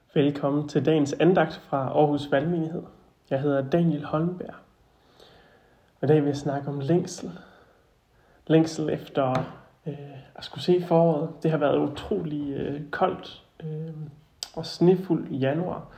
Velkommen til dagens andagt fra Aarhus Valgmenighed. Jeg hedder Daniel Holmberg. Og i dag vil jeg snakke om længsel. Længsel efter at skulle se foråret. Det har været utrolig koldt og snefuld i januar.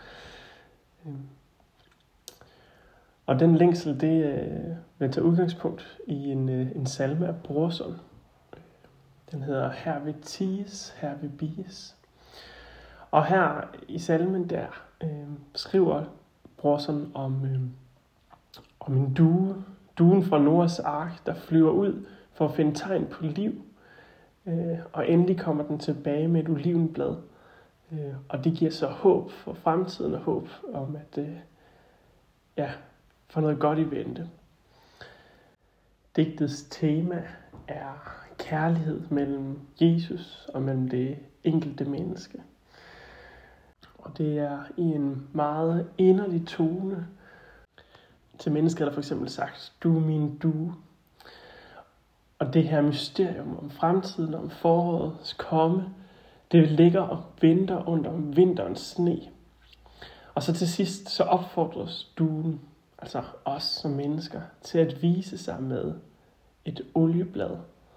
Og den længsel, det vil tage udgangspunkt i en salme af Brorson. Den hedder Her vil ties, her vil bies. Og her i salmen der skriver Brorson om en due. Duen fra Noahs ark, der flyver ud for at finde tegn på liv. Og endelig kommer den tilbage med et olivenblad. Og det giver så håb for fremtiden og håb om at få noget godt i vente. Digtets tema er kærlighed mellem Jesus og mellem det enkelte menneske. Og det er i en meget inderlig tone. Til mennesker er der for eksempel sagt, du er min due. Og det her mysterium om fremtiden, om forårets komme, det ligger og venter under vinterens sne. Og så til sidst så opfordres duen, altså os som mennesker, til at vise sig med et olieblad.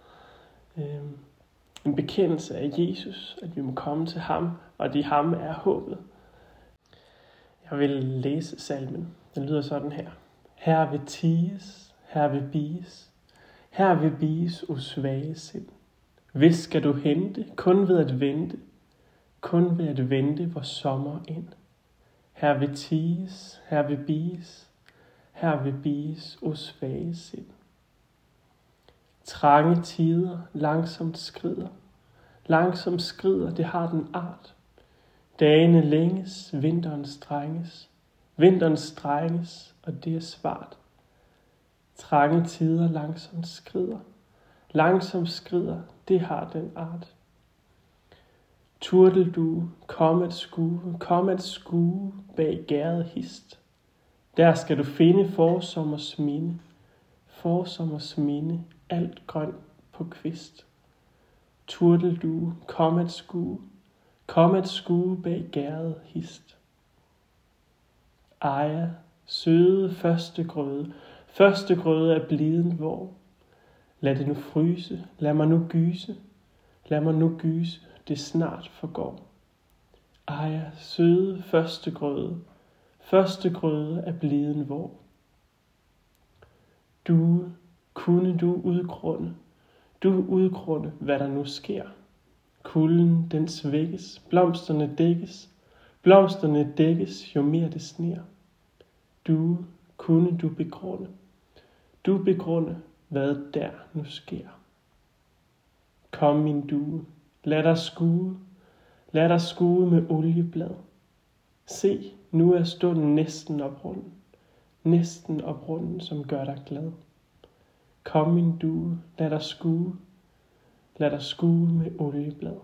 En bekendelse af Jesus, at vi må komme til ham, og at i ham er håbet. Jeg vil læse salmen. Den lyder sådan her. Her vil ties, her vil bies. Her vil bies, o svage sind. Hvis skal du hente, kun ved at vente. Kun ved at vente vor sommer ind. Her vil ties, her vil bies. Her vil bies, o svage sind. Trange tider langsomt skrider. Langsomt skrider, det har den art. Dagene længes, vinteren strenges. Vinteren strenges, og det er svart. Trange tider langsomt skrider. Langsomt skrider, det har den art. Turteldue, kom at skue bag gærdet hist. Der skal du finde forsommers minde. Forsommers minde, alt grønt på kvist. Turteldue, kom at skue bag gærdet hist. Eja, søde første grøde af bliden vor. Lad det nu fryse, lad mig nu gyse, det snart forgår. Eja, søde første grøde af bliden vor. Due, kunne du udgrunde, hvad der nu sker. Kulden, den svækkes, blomsterne dækkes, jo mere det sner. Due, kunne du begrunde, hvad der nu sker. Kom min due, lad dig skue med olieblad. Se, nu er stunden næsten oprunden, som gør dig glad. Kom min due, lad dig skue med olieblad.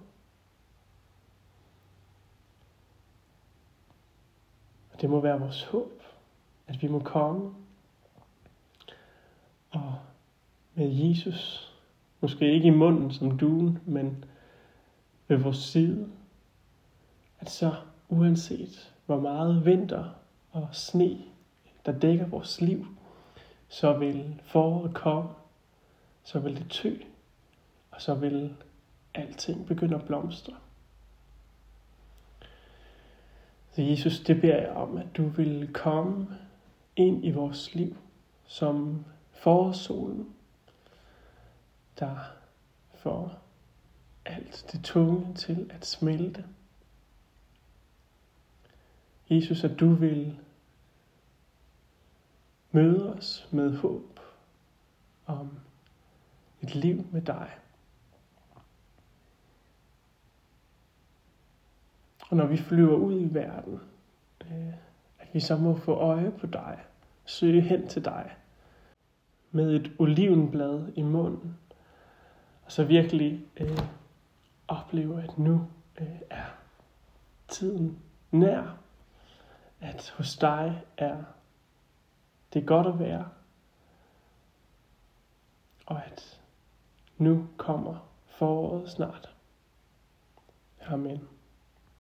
Og det må være vores håb, at vi må komme og med Jesus, måske ikke i munden som duen, men ved vores side, at så uanset hvor meget vinter og sne, der dækker vores liv, så vil foråret komme, så vil det tø, og så vil alting begynde at blomstre. Så Jesus, det beder jeg om, at du vil komme ind i vores liv som forårssolen, der får alt det tunge til at smelte. Jesus, at du vil møde os med håb om et liv med dig. Og når vi flyver ud i verden, at vi så må få øje på dig, søge hen til dig, med et olivenblad i munden, og så virkelig opleve, at nu er tiden nær, at hos dig er det godt at være, og at nu kommer foråret snart. Amen.